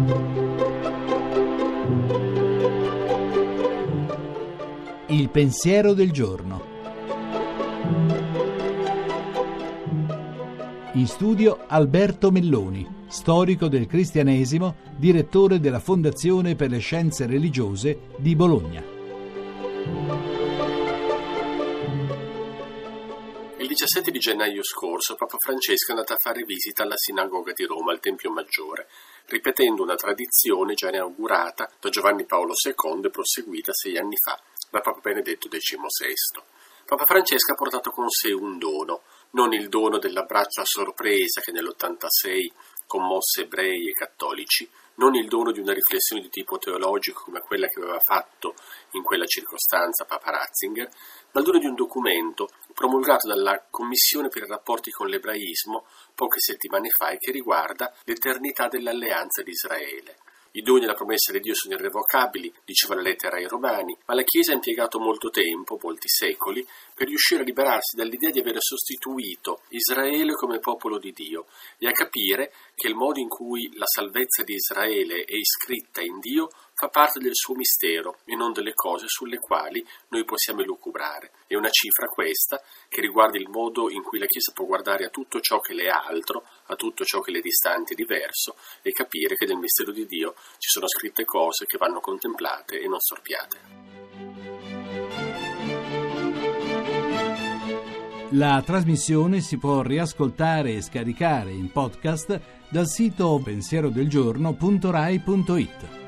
Il pensiero del giorno. In studio Alberto Melloni, storico del cristianesimo, direttore della Fondazione per le Scienze Religiose di Bologna. Il 17 di gennaio scorso Papa Francesco è andato a fare visita alla Sinagoga di Roma, al Tempio Maggiore, ripetendo una tradizione già inaugurata da Giovanni Paolo II e proseguita 6 anni fa da Papa Benedetto XVI. Papa Francesco ha portato con sé un dono, non il dono dell'abbraccio a sorpresa che nell'86 commosse ebrei e cattolici, non il dono di una riflessione di tipo teologico come quella che aveva fatto in quella circostanza Papa Ratzinger, ma il dono di un documento promulgato dalla Commissione per i rapporti con l'ebraismo poche settimane fa e che riguarda l'eternità dell'alleanza di Israele. I doni e la promessa di Dio sono irrevocabili, diceva la lettera ai Romani, ma la Chiesa ha impiegato molto tempo, molti secoli, per riuscire a liberarsi dall'idea di avere sostituito Israele come popolo di Dio e a capire che il modo in cui la salvezza di Israele è iscritta in Dio fa parte del suo mistero e non delle cose sulle quali noi possiamo elucubrare. È una cifra questa che riguarda il modo in cui la Chiesa può guardare a tutto ciò che le è altro, a tutto ciò che le è distante e diverso e capire che nel mistero di Dio ci sono scritte cose che vanno contemplate e non storpiate. La trasmissione si può riascoltare e scaricare in podcast dal sito pensierodelgiorno.rai.it.